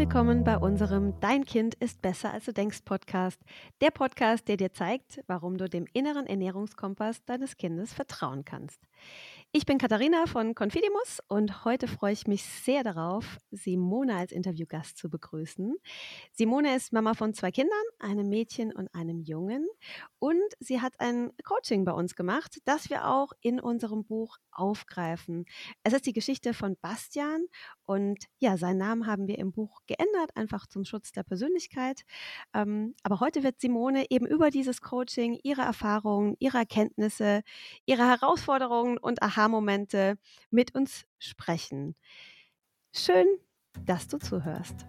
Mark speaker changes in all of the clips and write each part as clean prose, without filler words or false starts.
Speaker 1: willkommen bei unserem Dein Kind ist besser als du denkst Podcast. Der Podcast, der dir zeigt, warum du dem inneren Ernährungskompass deines Kindes vertrauen kannst. Ich bin Katharina von Confidimus und heute freue ich mich sehr darauf, Simone als Interviewgast zu begrüßen. Simone ist Mama von 2 Kindern, einem Mädchen und einem Jungen, und sie hat ein Coaching bei uns gemacht, das wir auch in unserem Buch aufgreifen. Es ist die Geschichte von Bastian und ja, seinen Namen haben wir im Buch geändert, einfach zum Schutz der Persönlichkeit. Aber heute wird Simone eben über dieses Coaching, ihre Erfahrungen, ihre Erkenntnisse, ihre Herausforderungen und Aha-Momente mit uns sprechen. Schön, dass du zuhörst.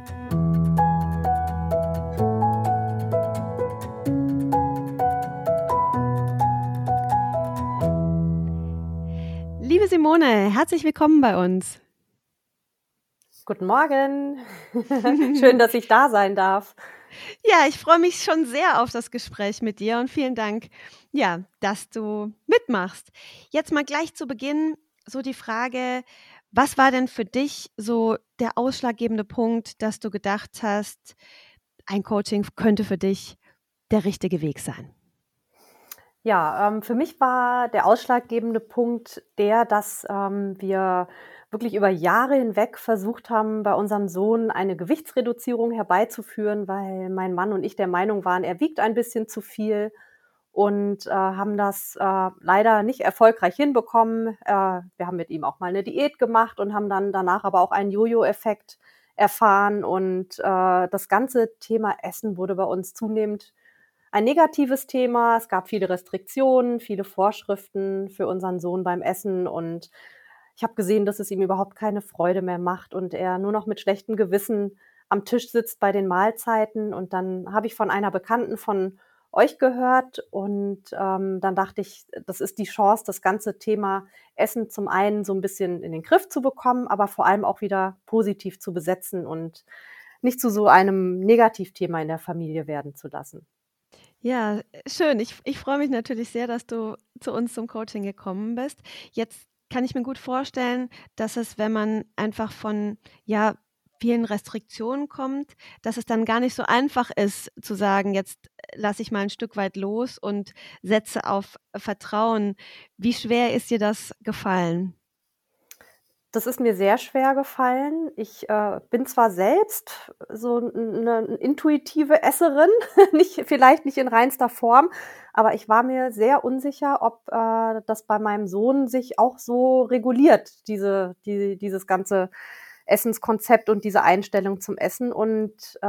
Speaker 1: Liebe Simone, herzlich willkommen bei uns.
Speaker 2: Guten Morgen. Schön, dass ich da sein darf.
Speaker 1: Ja, ich freue mich schon sehr auf das Gespräch mit dir und vielen Dank, ja, dass du mitmachst. Jetzt mal gleich zu Beginn so die Frage, was war denn für dich so der ausschlaggebende Punkt, dass du gedacht hast, ein Coaching könnte für dich der richtige Weg sein?
Speaker 2: Ja, für mich war der ausschlaggebende Punkt dass wir wirklich über Jahre hinweg versucht haben, bei unserem Sohn eine Gewichtsreduzierung herbeizuführen, weil mein Mann und ich der Meinung waren, er wiegt ein bisschen zu viel und haben das leider nicht erfolgreich hinbekommen. Wir haben mit ihm auch mal eine Diät gemacht und haben dann danach aber auch einen Jojo-Effekt erfahren und das ganze Thema Essen wurde bei uns zunehmend ein negatives Thema. Es gab viele Restriktionen, viele Vorschriften für unseren Sohn beim Essen und ich habe gesehen, dass es ihm überhaupt keine Freude mehr macht und er nur noch mit schlechtem Gewissen am Tisch sitzt bei den Mahlzeiten. Und dann habe ich von einer Bekannten von euch gehört und dann dachte ich, das ist die Chance, das ganze Thema Essen zum einen so ein bisschen in den Griff zu bekommen, aber vor allem auch wieder positiv zu besetzen und nicht zu so einem Negativthema in der Familie werden zu lassen.
Speaker 1: Ja, schön. Ich freue mich natürlich sehr, dass du zu uns zum Coaching gekommen bist. Jetzt kann ich mir gut vorstellen, dass es, wenn man einfach von, ja, vielen Restriktionen kommt, dass es dann gar nicht so einfach ist zu sagen: „Jetzt lasse ich mal ein Stück weit los und setze auf Vertrauen.“ Wie schwer ist dir das gefallen?
Speaker 2: Das ist mir sehr schwer gefallen. Ich bin zwar selbst so 'ne intuitive Esserin, vielleicht nicht in reinster Form, aber ich war mir sehr unsicher, ob das bei meinem Sohn sich auch so reguliert, dieses ganze Essenskonzept und diese Einstellung zum Essen. Und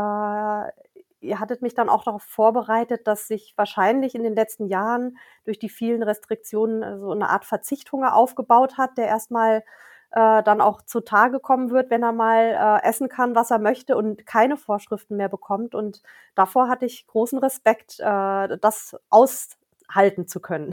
Speaker 2: ihr hattet mich dann auch darauf vorbereitet, dass sich wahrscheinlich in den letzten Jahren durch die vielen Restriktionen so 'ne Art Verzichthunger aufgebaut hat, der erst mal dann auch zutage kommen wird, wenn er mal essen kann, was er möchte und keine Vorschriften mehr bekommt. Und davor hatte ich großen Respekt, das aushalten zu können.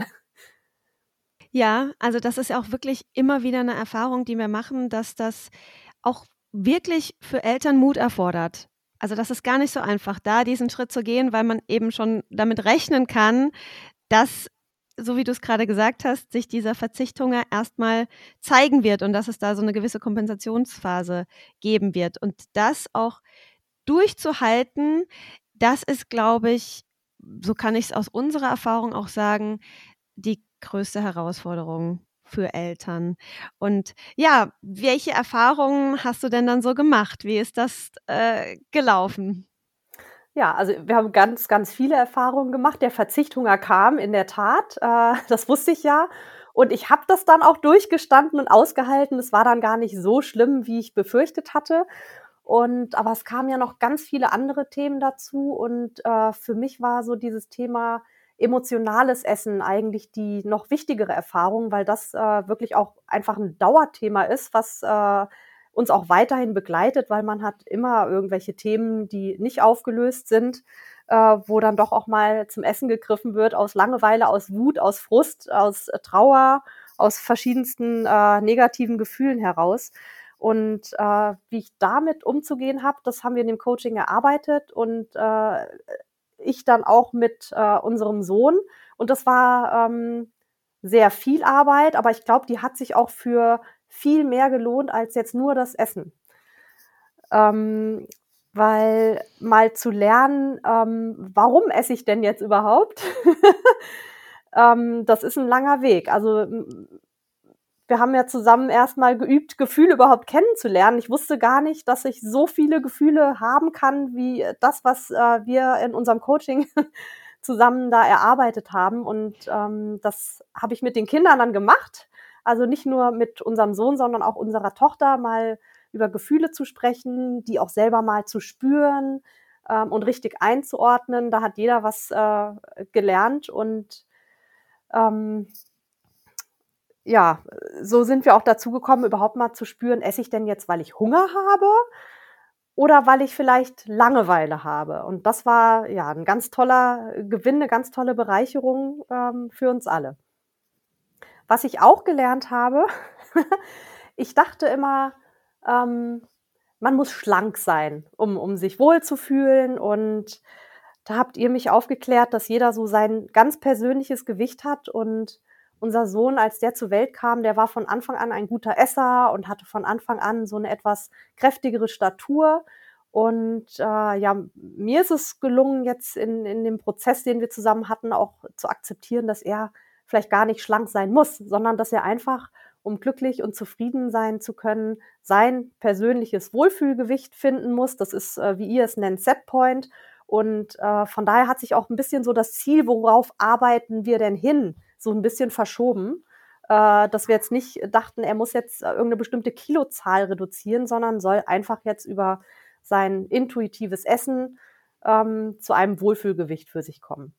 Speaker 1: Ja, also das ist ja auch wirklich immer wieder eine Erfahrung, die wir machen, dass das auch wirklich für Eltern Mut erfordert. Also, das ist gar nicht so einfach, da diesen Schritt zu gehen, weil man eben schon damit rechnen kann, dass, so wie du es gerade gesagt hast, sich dieser Verzichthunger erst mal zeigen wird und dass es da so eine gewisse Kompensationsphase geben wird. Und das auch durchzuhalten, das ist, glaube ich, so kann ich es aus unserer Erfahrung auch sagen, die größte Herausforderung für Eltern. Und ja, welche Erfahrungen hast du denn dann so gemacht? Wie ist das gelaufen?
Speaker 2: Ja, also wir haben ganz, ganz viele Erfahrungen gemacht. Der Verzichthunger kam in der Tat, das wusste ich ja. Und ich habe das dann auch durchgestanden und ausgehalten. Es war dann gar nicht so schlimm, wie ich befürchtet hatte. Aber es kamen ja noch ganz viele andere Themen dazu und für mich war so dieses Thema emotionales Essen eigentlich die noch wichtigere Erfahrung, weil das wirklich auch einfach ein Dauerthema ist, was uns auch weiterhin begleitet, weil man hat immer irgendwelche Themen, die nicht aufgelöst sind, wo dann doch auch mal zum Essen gegriffen wird aus Langeweile, aus Wut, aus Frust, aus Trauer, aus verschiedensten negativen Gefühlen heraus. Und wie ich damit umzugehen habe, das haben wir in dem Coaching erarbeitet und ich dann auch mit unserem Sohn. Und das war sehr viel Arbeit, aber ich glaube, die hat sich auch für viel mehr gelohnt als jetzt nur das Essen. Ähm, weil mal zu lernen, warum esse ich denn jetzt überhaupt? Das ist ein langer Weg. Also, wir haben ja zusammen erst mal geübt, Gefühle überhaupt kennenzulernen. Ich wusste gar nicht, dass ich so viele Gefühle haben kann, wie das, was, wir in unserem Coaching zusammen da erarbeitet haben. Und, das habe ich mit den Kindern dann gemacht. Also, nicht nur mit unserem Sohn, sondern auch unserer Tochter, mal über Gefühle zu sprechen, die auch selber mal zu spüren, und richtig einzuordnen. Da hat jeder was, gelernt und, ähm, ja, so sind wir auch dazu gekommen, überhaupt mal zu spüren, esse ich denn jetzt, weil ich Hunger habe oder weil ich vielleicht Langeweile habe? Und das war, ja, 'n ganz toller Gewinn, 'ne ganz tolle Bereicherung, für uns alle. Was ich auch gelernt habe, ich dachte immer, ähm, man muss schlank sein, um sich wohlzufühlen. Und da habt ihr mich aufgeklärt, dass jeder so sein ganz persönliches Gewicht hat. Und unser Sohn, als der zur Welt kam, der war von Anfang an ein guter Esser und hatte von Anfang an so 'ne etwas kräftigere Statur. Und, ja, mir ist es gelungen, jetzt in dem Prozess, den wir zusammen hatten, auch zu akzeptieren, dass er vielleicht gar nicht schlank sein muss, sondern dass er einfach, um glücklich und zufrieden sein zu können, sein persönliches Wohlfühlgewicht finden muss. Das ist, wie ihr es nennt, Setpoint. Und, von daher hat sich auch 'n bisschen so das Ziel, worauf arbeiten wir denn hin, so 'n bisschen verschoben, dass wir jetzt nicht dachten, er muss jetzt, irgend 'ne bestimmte Kilozahl reduzieren, sondern soll einfach jetzt über sein intuitives Essen, zu einem Wohlfühlgewicht für sich kommen.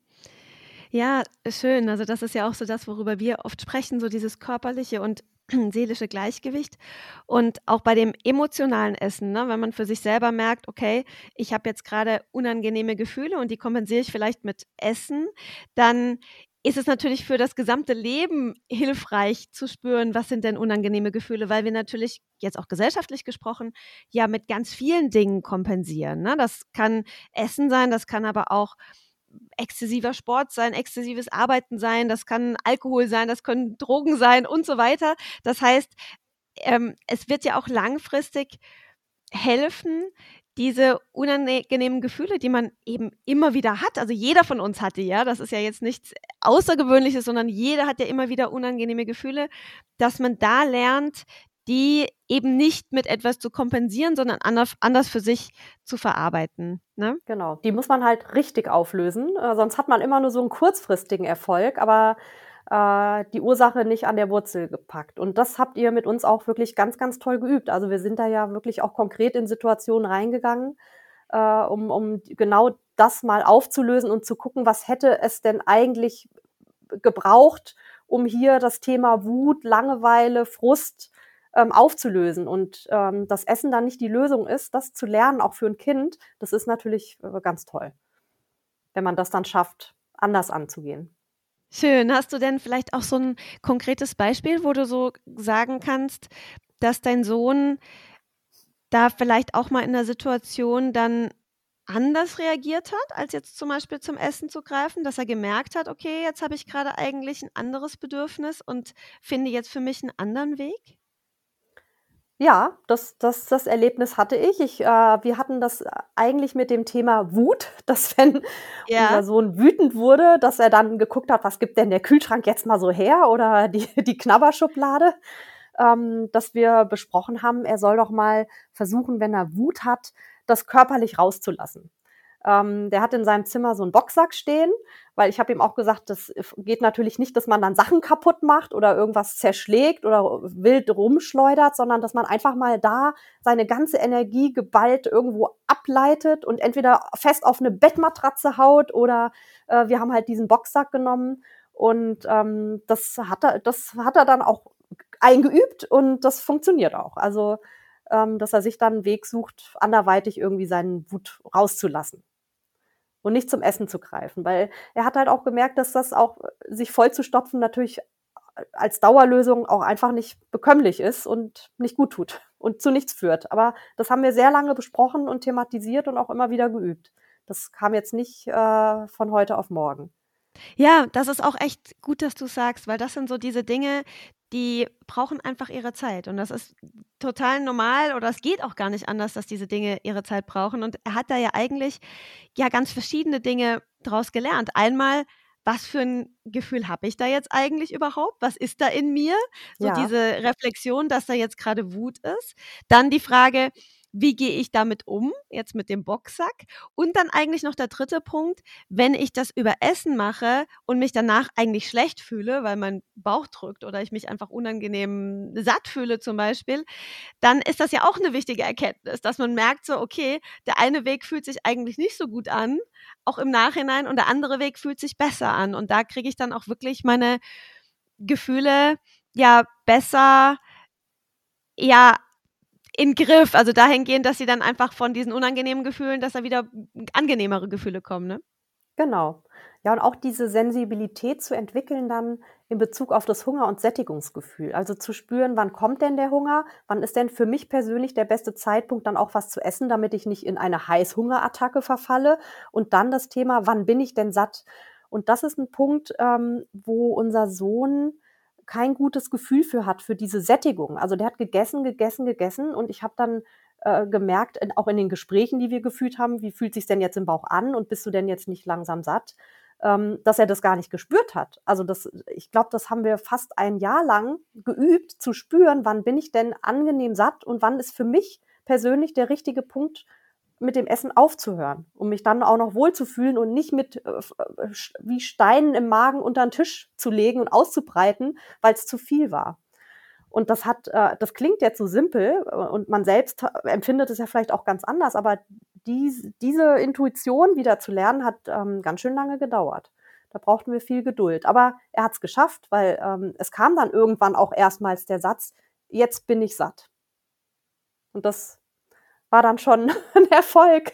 Speaker 1: Ja, schön. Also das ist ja auch so das, worüber wir oft sprechen, so dieses körperliche und seelische Gleichgewicht. Und auch bei dem emotionalen Essen, ne, wenn man für sich selber merkt, okay, ich habe jetzt gerade unangenehme Gefühle und die kompensiere ich vielleicht mit Essen, dann ist es natürlich für das gesamte Leben hilfreich zu spüren, was sind denn unangenehme Gefühle, weil wir natürlich jetzt auch gesellschaftlich gesprochen ja mit ganz vielen Dingen kompensieren. Ne? Das kann Essen sein, das kann aber auch exzessiver Sport sein, exzessives Arbeiten sein, das kann Alkohol sein, das können Drogen sein und so weiter. Das heißt, es wird ja auch langfristig helfen, diese unangenehmen Gefühle, die man eben immer wieder hat, also jeder von uns hat die, ja, das ist ja jetzt nichts Außergewöhnliches, sondern jeder hat ja immer wieder unangenehme Gefühle, dass man da lernt, die eben nicht mit etwas zu kompensieren, sondern anders für sich zu verarbeiten, ne?
Speaker 2: Genau, die muss man halt richtig auflösen, sonst hat man immer nur so 'n kurzfristigen Erfolg, aber, die Ursache nicht an der Wurzel gepackt. Und das habt ihr mit uns auch wirklich ganz, ganz toll geübt. Also, wir sind da ja wirklich auch konkret in Situationen reingegangen, um genau das mal aufzulösen und zu gucken, was hätte es denn eigentlich gebraucht, um hier das Thema Wut, Langeweile, Frust, aufzulösen. Und, dass Essen dann nicht die Lösung ist, das zu lernen, auch für 'n Kind, das ist natürlich, ganz toll, wenn man das dann schafft, anders anzugehen.
Speaker 1: Schön. Hast du denn vielleicht auch so 'n konkretes Beispiel, wo du so sagen kannst, dass dein Sohn da vielleicht auch mal in der Situation dann anders reagiert hat, als jetzt zum Beispiel zum Essen zu greifen, dass er gemerkt hat: „Okay, jetzt habe ich grade eigentlich 'n anderes Bedürfnis und finde jetzt für mich 'n anderen Weg?“
Speaker 2: Ja, das Erlebnis hatte ich. Wir hatten das eigentlich mit dem Thema Wut, dass wenn
Speaker 1: Ja.
Speaker 2: unser Sohn wütend wurde, dass er dann geguckt hat: „Was gibt denn der Kühlschrank jetzt mal so her oder die Knabberschublade?“ Dass wir besprochen haben, er soll doch mal versuchen, wenn er Wut hat, das körperlich rauszulassen. Der hat in seinem Zimmer so 'n Boxsack stehen, weil ich habe ihm auch gesagt, das geht natürlich nicht, dass man dann Sachen kaputt macht oder irgendwas zerschlägt oder wild rumschleudert, sondern dass man einfach mal da seine ganze Energie geballt irgendwo ableitet und entweder fest auf 'ne Bettmatratze haut oder, wir haben halt diesen Boxsack genommen und, das hat er dann auch eingeübt und das funktioniert auch. Also, dass er sich dann 'n Weg sucht, anderweitig irgendwie seinen Wut rauszulassen und nicht zum Essen zu greifen, weil er hat halt auch gemerkt, dass das auch sich vollzustopfen natürlich als Dauerlösung auch einfach nicht bekömmlich ist und nicht gut tut und zu nichts führt. Aber das haben wir sehr lange besprochen und thematisiert und auch immer wieder geübt. Das kam jetzt nicht, von heute auf morgen.
Speaker 1: Ja, das ist auch echt gut, dass du's sagst, weil das sind so diese Dinge, die brauchen einfach ihre Zeit. Und das ist total normal oder es geht auch gar nicht anders, dass diese Dinge ihre Zeit brauchen. Und er hat da ja eigentlich ganz verschiedene Dinge draus gelernt. Einmal, was für ein Gefühl habe ich da jetzt eigentlich überhaupt? Was ist da in mir? So
Speaker 2: Ja.
Speaker 1: diese Reflexion, dass da jetzt gerade Wut ist. Dann die Frage, wie gehe ich damit um, jetzt mit dem Boxsack? Und dann eigentlich noch der dritte Punkt, wenn ich das über Essen mache und mich danach eigentlich schlecht fühle, weil mein Bauch drückt oder ich mich einfach unangenehm satt fühle zum Beispiel, dann ist das ja auch eine wichtige Erkenntnis, dass man merkt so, okay, der eine Weg fühlt sich eigentlich nicht so gut an, auch im Nachhinein, und der andere Weg fühlt sich besser an. Und da kriege ich dann auch wirklich meine Gefühle besser, in Griff. Also dahingehend, dass sie dann einfach von diesen unangenehmen Gefühlen, dass da wieder angenehmere Gefühle kommen, ne?
Speaker 2: Genau. Ja, und auch diese Sensibilität zu entwickeln dann in Bezug auf das Hunger und Sättigungsgefühl. Also zu spüren, wann kommt denn der Hunger? Wann ist denn für mich persönlich der beste Zeitpunkt, dann auch was zu essen, damit ich nicht in eine Heißhungerattacke verfalle? Und dann das Thema, wann bin ich denn satt? Und das ist ein Punkt, wo unser Sohn kein gutes Gefühl für hat, für diese Sättigung. Also der hat gegessen, gegessen, gegessen und ich habe dann gemerkt, auch in den Gesprächen, die wir geführt haben, wie fühlt sich's denn jetzt im Bauch an und bist du denn jetzt nicht langsam satt, dass er das gar nicht gespürt hat. Also ich glaube, das haben wir fast ein Jahr lang geübt, zu spüren, wann bin ich denn angenehm satt und wann ist für mich persönlich der richtige Punkt, mit dem Essen aufzuhören, um mich dann auch noch wohlzufühlen und nicht mit wie Steinen im Magen unter den Tisch zu legen und auszubreiten, weil es zu viel war. Und das klingt jetzt so simpel und man selbst empfindet es ja vielleicht auch ganz anders, aber diese Intuition wieder zu lernen, hat ganz schön lange gedauert. Da brauchten wir viel Geduld. Aber er hat es geschafft, weil es kam dann irgendwann auch erstmals der Satz, jetzt bin ich satt. Und das war dann schon ein Erfolg.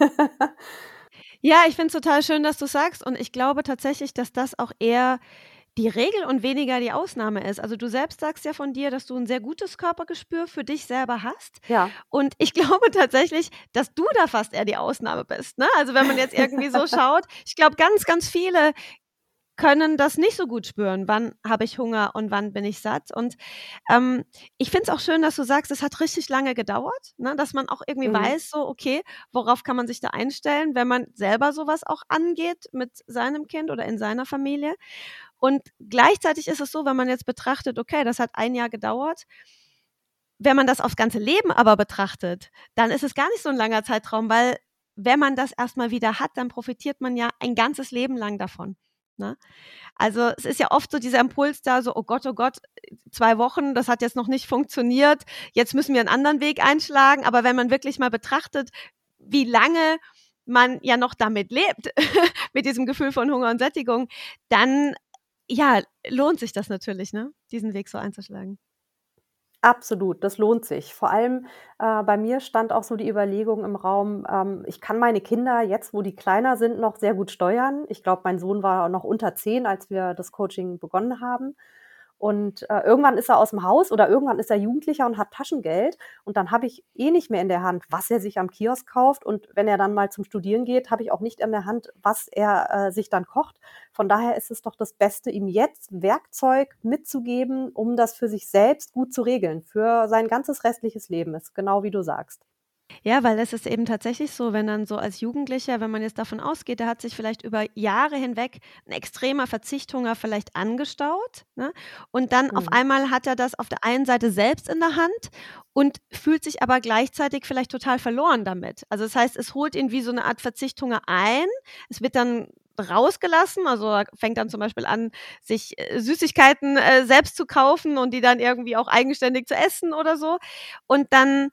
Speaker 1: Ja, ich finde es total schön, dass du sagst, und ich glaube tatsächlich, dass das auch eher die Regel und weniger die Ausnahme ist. Also, du selbst sagst ja von dir, dass du ein sehr gutes Körpergespür für dich selber hast.
Speaker 2: Ja.
Speaker 1: Und ich glaube tatsächlich, dass du da fast eher die Ausnahme bist, ne? Also, wenn man jetzt irgendwie so schaut, ich glaube, ganz, ganz viele können das nicht so gut spüren, wann habe ich Hunger und wann bin ich satt. Und ich finde es auch schön, dass du sagst, es hat richtig lange gedauert, ne? Dass man auch irgendwie
Speaker 2: Mhm.
Speaker 1: weiß, so, okay, worauf kann man sich da einstellen, wenn man selber sowas auch angeht mit seinem Kind oder in seiner Familie. Und gleichzeitig ist es so, wenn man jetzt betrachtet, okay, das hat ein Jahr gedauert. Wenn man das aufs ganze Leben aber betrachtet, dann ist es gar nicht so ein langer Zeitraum, weil wenn man das erstmal wieder hat, dann profitiert man ja ein ganzes Leben lang davon, ne? Also, es ist ja oft so dieser Impuls da so: oh Gott, 2 Wochen, das hat jetzt noch nicht funktioniert, jetzt müssen wir einen anderen Weg einschlagen.“ Aber wenn man wirklich mal betrachtet, wie lange man ja noch damit lebt, mit diesem Gefühl von Hunger und Sättigung, dann, lohnt sich das natürlich, ne, diesen Weg so einzuschlagen.
Speaker 2: Absolut, das lohnt sich. Vor allem, bei mir stand auch so die Überlegung im Raum, ich kann meine Kinder jetzt, wo die kleiner sind, noch sehr gut steuern. Ich glaube, mein Sohn war noch unter 10, als wir das Coaching begonnen haben. Und, irgendwann ist er aus dem Haus oder irgendwann ist er Jugendlicher und hat Taschengeld und dann habe ich eh nicht mehr in der Hand, was er sich am Kiosk kauft und wenn er dann mal zum Studieren geht, habe ich auch nicht in der Hand, was er, sich dann kocht. Von daher ist es doch das Beste, ihm jetzt Werkzeug mitzugeben, um das für sich selbst gut zu regeln, für sein ganzes restliches Leben. Ist genau wie du sagst.
Speaker 1: Ja, weil es ist eben tatsächlich so, wenn dann so als Jugendlicher, wenn man jetzt davon ausgeht, der hat sich vielleicht über Jahre hinweg 'n extremer Verzichthunger vielleicht angestaut, ne? Und dann auf
Speaker 2: Mhm.
Speaker 1: einmal hat er das auf der einen Seite selbst in der Hand und fühlt sich aber gleichzeitig vielleicht total verloren damit. Also, das heißt, es holt ihn wie so 'ne Art Verzichthunger ein. Es wird dann rausgelassen, also, er fängt dann zum Beispiel an, sich, Süßigkeiten, selbst zu kaufen und die dann irgendwie auch eigenständig zu essen oder so. Und dann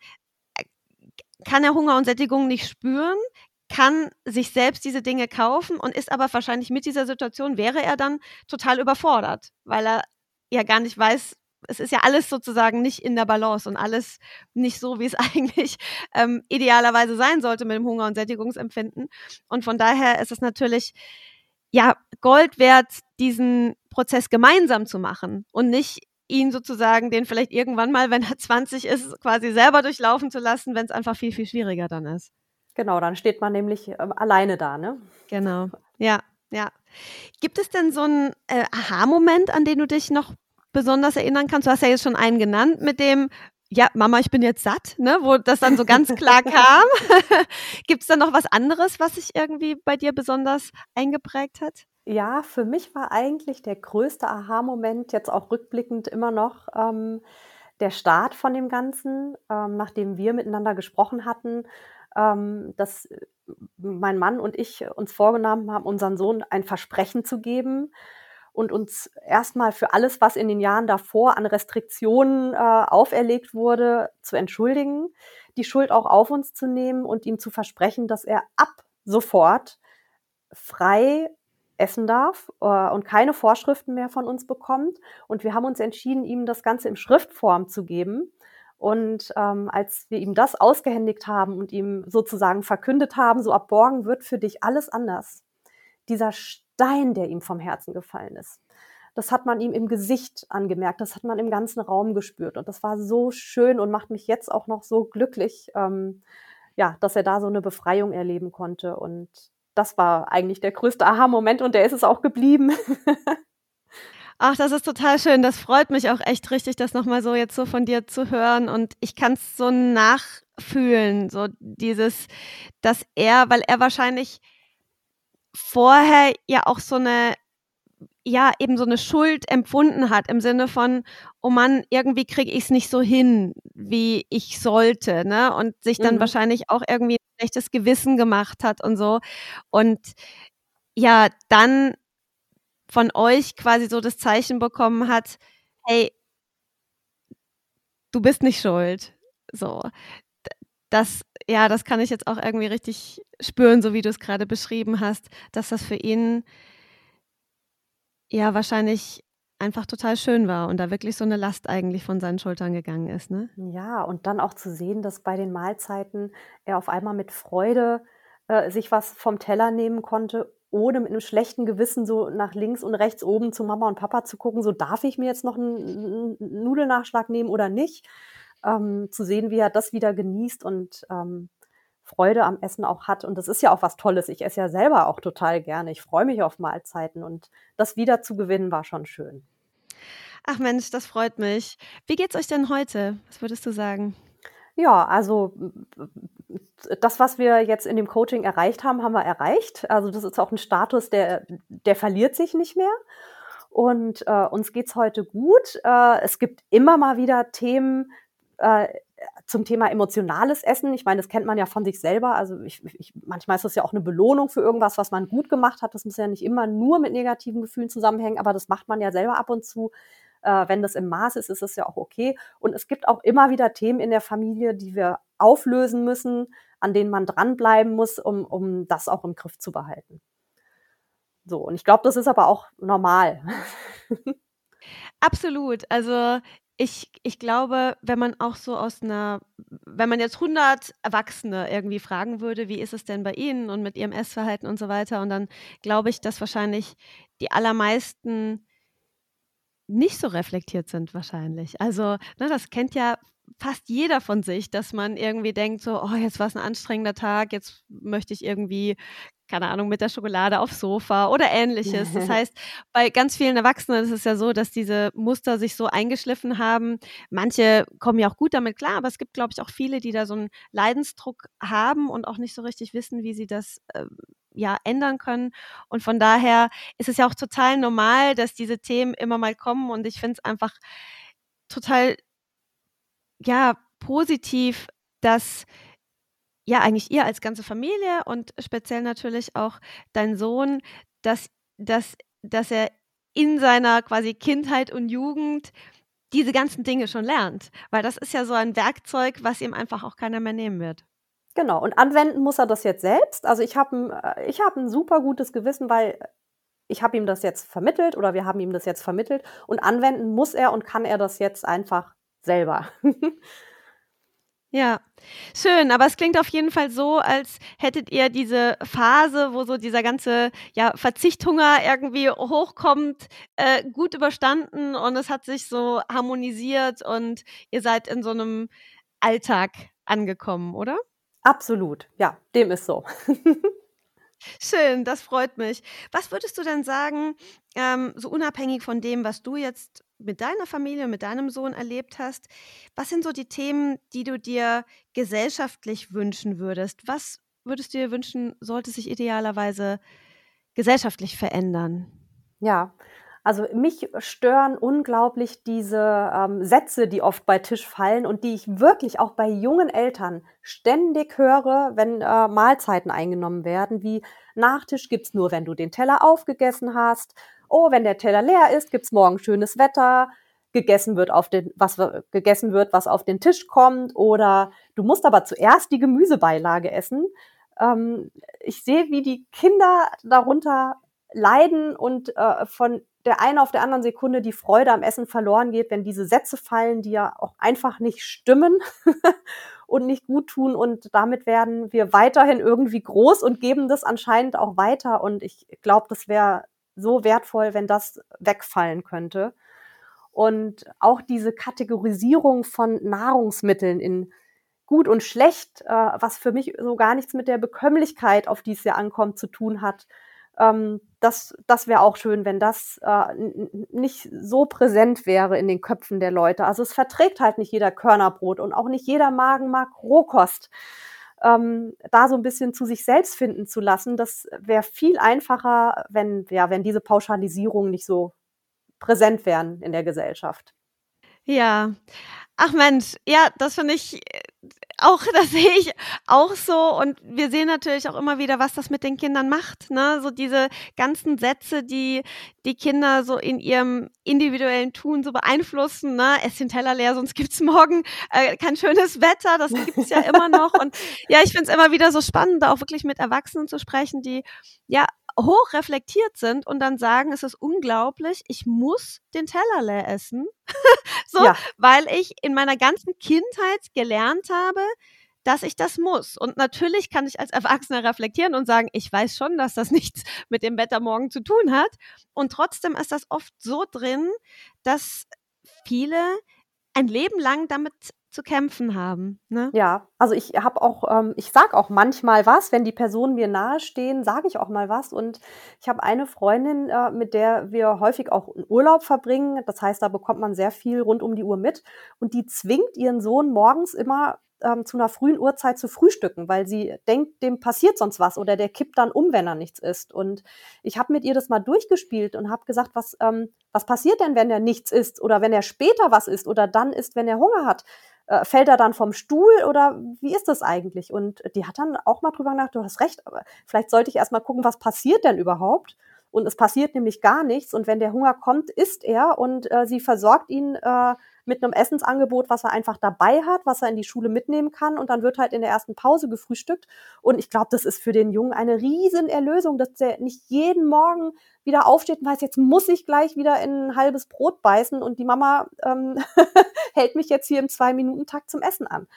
Speaker 1: kann er Hunger und Sättigung nicht spüren, kann sich selbst diese Dinge kaufen und ist aber wahrscheinlich mit dieser Situation wäre er dann total überfordert, weil er ja gar nicht weiß, es ist ja alles sozusagen nicht in der Balance und alles nicht so, wie es eigentlich, idealerweise sein sollte mit dem Hunger und Sättigungsempfinden. Und von daher ist es natürlich, Gold wert, diesen Prozess gemeinsam zu machen und nicht ihn sozusagen den vielleicht irgendwann mal, wenn er 20 ist, quasi selber durchlaufen zu lassen, wenn's einfach viel, viel schwieriger dann ist.
Speaker 2: Genau, dann steht man nämlich, alleine da, ne?
Speaker 1: Genau. Ja, ja. Gibt es denn so 'n, Aha-Moment, an den du dich noch besonders erinnern kannst? Du hast ja jetzt schon einen genannt mit dem, ja, Mama, ich bin jetzt satt, ne, wo das dann so ganz klar kam. Gibt es da noch was anderes, was sich irgendwie bei dir besonders eingeprägt hat?
Speaker 2: Ja, für mich war eigentlich der größte Aha-Moment jetzt auch rückblickend immer noch, der Start von dem Ganzen, nachdem wir miteinander gesprochen hatten, dass mein Mann und ich uns vorgenommen haben, unserem Sohn ein Versprechen zu geben und uns erstmal für alles, was in den Jahren davor an Restriktionen, auferlegt wurde, zu entschuldigen, die Schuld auch auf uns zu nehmen und ihm zu versprechen, dass er ab sofort frei essen darf, und keine Vorschriften mehr von uns bekommt. Und wir haben uns entschieden, ihm das Ganze in Schriftform zu geben. Und, als wir ihm das ausgehändigt haben und ihm sozusagen verkündet haben: „So ab morgen wird für dich alles anders“, dieser Stein, der ihm vom Herzen gefallen ist, das hat man ihm im Gesicht angemerkt, das hat man im ganzen Raum gespürt. Und das war so schön und macht mich jetzt auch noch so glücklich, ja, dass er da so 'ne Befreiung erleben konnte. Und das war eigentlich der größte Aha-Moment und der ist es auch geblieben.
Speaker 1: Ach, das ist total schön. Das freut mich auch echt richtig, das noch mal so jetzt so von dir zu hören. Und ich kann es so nachfühlen, so dieses, dass weil er wahrscheinlich vorher ja auch so eine, ja, eben so eine Schuld empfunden hat im Sinne von: „Oh Mann, irgendwie kriege ich es nicht so hin, wie ich sollte“, ne? Und sich dann
Speaker 2: Mhm.
Speaker 1: wahrscheinlich auch irgendwie 'n schlechtes Gewissen gemacht hat und so. Und ja, dann von euch quasi so das Zeichen bekommen hat: „Hey, du bist nicht schuld.“ So. Das ja, das kann ich jetzt auch irgendwie richtig spüren, so wie du es grade beschrieben hast, dass das für ihn ja wahrscheinlich einfach total schön war und da wirklich so 'ne Last eigentlich von seinen Schultern gegangen ist, ne?
Speaker 2: Ja, und dann auch zu sehen, dass bei den Mahlzeiten er auf einmal mit Freude, sich was vom Teller nehmen konnte, ohne mit 'nem schlechten Gewissen so nach links und rechts oben zu Mama und Papa zu gucken, so: „Darf ich mir jetzt noch 'n Nudelnachschlag nehmen oder nicht?“ Zu sehen, wie er das wieder genießt und, Freude am Essen auch hat. Und das ist ja auch was Tolles. Ich esse ja selber auch total gerne. Ich freue mich auf Mahlzeiten und das wieder zu gewinnen, war schon schön.
Speaker 1: Ach Mensch, das freut mich. Wie geht's euch denn heute? Was würdest du sagen?
Speaker 2: Ja, also, das, was wir jetzt in dem Coaching erreicht haben, haben wir erreicht. Also, das ist auch 'n Status, der verliert sich nicht mehr. Und, uns geht's heute gut. Es gibt immer mal wieder Themen, äh, zum Thema emotionales Essen. Ich meine, das kennt man ja von sich selber. Also, ich manchmal ist das ja auch 'ne Belohnung für irgendwas, was man gut gemacht hat. Das muss ja nicht immer nur mit negativen Gefühlen zusammenhängen, aber das macht man ja selber ab und zu. Wenn das im Maß ist, ist es ja auch okay. Und es gibt auch immer wieder Themen in der Familie, die wir auflösen müssen, an denen man dranbleiben muss, um das auch im Griff zu behalten. So, und ich glaube, das ist aber auch normal.
Speaker 1: Absolut. Also, ich glaube, wenn man auch so wenn man jetzt 100 Erwachsene irgendwie fragen würde: „Wie ist es denn bei Ihnen und mit Ihrem Essverhalten“ und so weiter, und dann glaube ich, dass wahrscheinlich die allermeisten nicht so reflektiert sind wahrscheinlich. Also, ne, das kennt ja fast jeder von sich, dass man irgendwie denkt so: „Oh, jetzt war's 'n anstrengender Tag, jetzt möchte ich irgendwie, keine Ahnung, mit der Schokolade aufs Sofa“ oder Ähnliches. Das heißt, bei ganz vielen Erwachsenen ist es ja so, dass diese Muster sich so eingeschliffen haben. Manche kommen ja auch gut damit klar, aber es gibt, glaube ich, auch viele, die da so 'n Leidensdruck haben und auch nicht so richtig wissen, wie sie das, ja, ändern können. Und von daher ist es ja auch total normal, dass diese Themen immer mal kommen, und ich finde es einfach total, ja, positiv, dass ja eigentlich ihr als ganze Familie und speziell natürlich auch dein Sohn, dass dass dass er in seiner quasi Kindheit und Jugend diese ganzen Dinge schon lernt, weil das ist ja so ein Werkzeug, was ihm einfach auch keiner mehr nehmen wird.
Speaker 2: Genau, und anwenden muss er das jetzt selbst. Also, ich habe 'n super gutes Gewissen, weil ich habe ihm das jetzt vermittelt oder wir haben ihm das jetzt vermittelt und anwenden muss er und kann er das jetzt einfach selber.
Speaker 1: Ja, schön, aber es klingt auf jeden Fall so, als hättet ihr diese Phase, wo so dieser ganze, ja, Verzichthunger irgendwie hochkommt, gut überstanden, und es hat sich so harmonisiert und ihr seid in so 'nem Alltag angekommen, oder?
Speaker 2: Absolut, ja, dem ist so.
Speaker 1: Schön, das freut mich. Was würdest du denn sagen, so unabhängig von dem, was du jetzt mit deiner Familie, mit deinem Sohn erlebt hast, was sind so die Themen, die du dir gesellschaftlich wünschen würdest? Was würdest du dir wünschen, sollte sich idealerweise gesellschaftlich verändern?
Speaker 2: Ja, also mich stören unglaublich diese, Sätze, die oft bei Tisch fallen und die ich wirklich auch bei jungen Eltern ständig höre, wenn, Mahlzeiten eingenommen werden, wie: „Nachtisch gibt's nur, wenn du den Teller aufgegessen hast. Oh, wenn der Teller leer ist, gibt's morgen schönes Wetter. Gegessen wird, was auf den Tisch kommt“, oder: „Du musst aber zuerst die Gemüsebeilage essen.“ Ich sehe, wie die Kinder darunter leiden und, von der einen auf der anderen Sekunde die Freude am Essen verloren geht, wenn diese Sätze fallen, die ja auch einfach nicht stimmen und nicht gut tun. Und damit werden wir weiterhin irgendwie groß und geben das anscheinend auch weiter. Und ich glaube, das wäre so wertvoll, wenn das wegfallen könnte. Und auch diese Kategorisierung von Nahrungsmitteln in gut und schlecht, was für mich so gar nichts mit der Bekömmlichkeit, auf die es ja ankommt, zu tun hat. Das wäre auch schön, wenn das, nicht so präsent wäre in den Köpfen der Leute. Also, es verträgt halt nicht jeder Körnerbrot und auch nicht jeder Magen mag Rohkost. Da so ein bisschen zu sich selbst finden zu lassen, das wäre viel einfacher, wenn diese Pauschalisierungen nicht so präsent wären in der Gesellschaft.
Speaker 1: Ja. Ach Mensch, ja, das finde ich auch das sehe ich auch so und wir sehen natürlich auch immer wieder, was das mit den Kindern macht, ne? So diese ganzen Sätze, die die Kinder so in ihrem individuellen Tun so beeinflussen, ne? „Ess den Teller leer, sonst gibt's morgen, kein schönes Wetter“, das gibt's ja immer noch und ja, ich finde es immer wieder so spannend, da auch wirklich mit Erwachsenen zu sprechen, die, ja, hoch reflektiert sind und dann sagen: „Es ist unglaublich, ich muss den Teller leer essen.“ So,
Speaker 2: Ja,
Speaker 1: weil ich in meiner ganzen Kindheit gelernt habe, dass ich das muss. Und natürlich kann ich als Erwachsener reflektieren und sagen, ich weiß schon, dass das nichts mit dem Wetter morgen zu tun hat. Und trotzdem ist das oft so drin, dass viele ein Leben lang damit zu kämpfen haben, ne?
Speaker 2: ja. Also, ich sage auch manchmal was, wenn die Personen mir nahestehen, sage ich auch mal was. Und ich habe eine Freundin, mit der wir häufig auch 'n Urlaub verbringen. Das heißt, da bekommt man sehr viel rund um die Uhr mit. Und die zwingt ihren Sohn morgens immer, zu 'ner frühen Uhrzeit zu frühstücken, weil sie denkt, dem passiert sonst was oder der kippt dann um, wenn er nichts isst. Und ich habe mit ihr das mal durchgespielt und habe gesagt: „Was passiert denn, wenn er nichts isst oder wenn er später was isst oder dann isst, wenn er Hunger hat? Fällt er dann vom Stuhl oder wie ist das eigentlich?“ Und die hat dann auch mal drüber nachgedacht: „Du hast recht, aber vielleicht sollte ich erst mal gucken, was passiert denn überhaupt?“ Und es passiert nämlich gar nichts. Und wenn der Hunger kommt, isst er und, sie versorgt ihn, mit 'nem Essensangebot, was er einfach dabei hat, was er in die Schule mitnehmen kann. Und dann wird halt in der ersten Pause gefrühstückt. Und ich glaube, das ist für den Jungen eine Riesenerlösung, dass der nicht jeden Morgen wieder aufsteht und weiß: „Jetzt muss ich gleich wieder in 'n halbes Brot beißen und die Mama, hält mich jetzt hier im 2-Minuten-Takt zum Essen an.“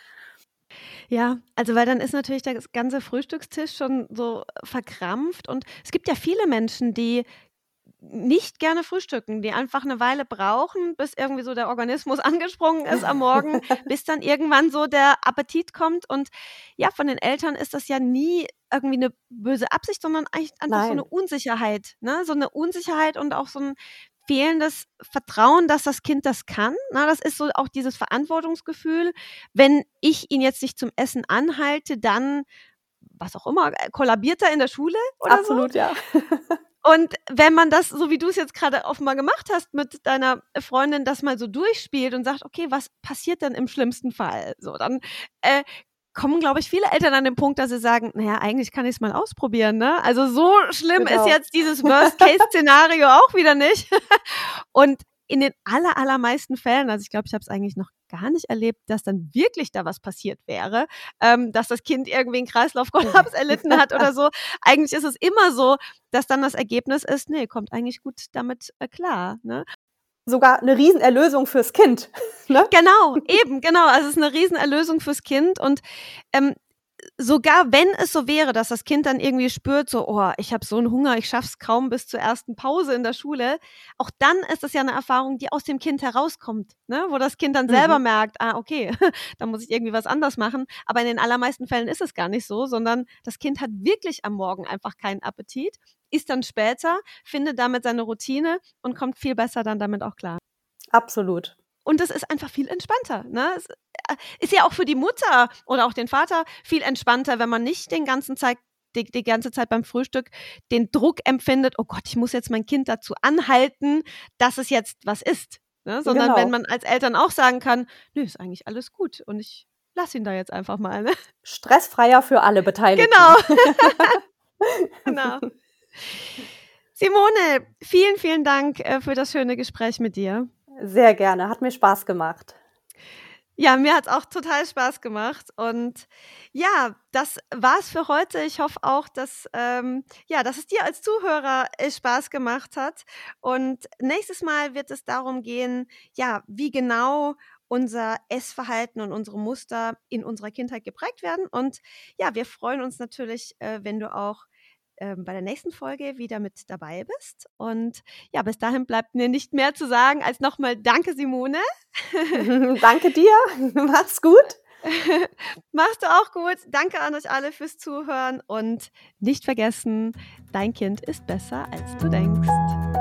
Speaker 1: Ja, also weil dann ist natürlich der ganze Frühstückstisch schon so verkrampft und es gibt ja viele Menschen, die nicht gerne frühstücken, die einfach 'ne Weile brauchen, bis irgendwie so der Organismus angesprungen ist am Morgen, bis dann irgendwann so der Appetit kommt. Und ja, von den Eltern ist das ja nie irgendwie 'ne böse Absicht, sondern eigentlich einfach so 'ne
Speaker 2: Nein.
Speaker 1: Unsicherheit, ne? So 'ne Unsicherheit und auch so 'n fehlendes Vertrauen, dass das Kind das kann, ne? Das ist so auch dieses Verantwortungsgefühl. Wenn ich ihn jetzt nicht zum Essen anhalte, dann, was auch immer, kollabiert er in der Schule oder so.
Speaker 2: Absolut, ja.
Speaker 1: Und wenn man das, so wie du es jetzt gerade offenbar gemacht hast, mit deiner Freundin das mal so durchspielt und sagt: „Okay, was passiert denn im schlimmsten Fall?“ So, dann, kommen, glaube ich, viele Eltern an den Punkt, dass sie sagen: „Na ja, eigentlich kann ich's mal ausprobieren, ne? Also, so schlimm ist
Speaker 2: Genau.
Speaker 1: jetzt dieses Worst-Case-Szenario auch wieder nicht.“ Und in den allermeisten Fällen, also, ich glaube, ich habe es eigentlich noch gar nicht erlebt, dass dann wirklich da was passiert wäre, dass das Kind irgendwie 'n Kreislaufkollaps erlitten hat oder so. Eigentlich ist es immer so, dass dann das Ergebnis ist: „Ne, kommt eigentlich gut damit, klar“, ne?
Speaker 2: Sogar 'ne Riesenerlösung fürs Kind, ne?
Speaker 1: Genau, eben, genau. Also, es ist 'ne Riesenerlösung fürs Kind und, ähm, sogar wenn es so wäre, dass das Kind dann irgendwie spürt, so, oh, ich habe so einen Hunger, ich schaff's kaum bis zur ersten Pause in der Schule, auch dann ist das ja eine Erfahrung, die aus dem Kind herauskommt, ne? Wo das Kind dann selber merkt, okay, da muss ich irgendwie was anders machen. Aber in den allermeisten Fällen ist es gar nicht so, sondern das Kind hat wirklich am Morgen einfach keinen Appetit, isst dann später, findet damit seine Routine und kommt viel besser dann damit auch klar.
Speaker 2: Absolut.
Speaker 1: Und das ist einfach viel entspannter, ne? Es ist ja auch für die Mutter oder auch den Vater viel entspannter, wenn man nicht die ganze Zeit beim Frühstück den Druck empfindet, oh Gott, ich muss jetzt mein Kind dazu anhalten, dass es jetzt was isst, ne? Sondern wenn man als Eltern auch sagen kann, nö, ist eigentlich alles gut und ich lasse ihn da jetzt einfach mal, ne?
Speaker 2: Stressfreier für alle Beteiligten.
Speaker 1: Genau. Simone, vielen, vielen Dank für das schöne Gespräch mit dir.
Speaker 2: Sehr gerne, hat mir Spaß gemacht.
Speaker 1: Ja, mir hat's auch total Spaß gemacht und ja, das war's für heute. Ich hoffe auch, dass es dir als Zuhörer Spaß gemacht hat und nächstes Mal wird es darum gehen, ja, wie genau unser Essverhalten und unsere Muster in unserer Kindheit geprägt werden und ja, wir freuen uns natürlich, wenn du auch bei der nächsten Folge wieder mit dabei bist. Und ja, bis dahin bleibt mir nicht mehr zu sagen als nochmal danke, Simone.
Speaker 2: Danke dir. Mach's gut.
Speaker 1: Machst du auch gut. Danke an euch alle fürs Zuhören und nicht vergessen, dein Kind ist besser, als du denkst.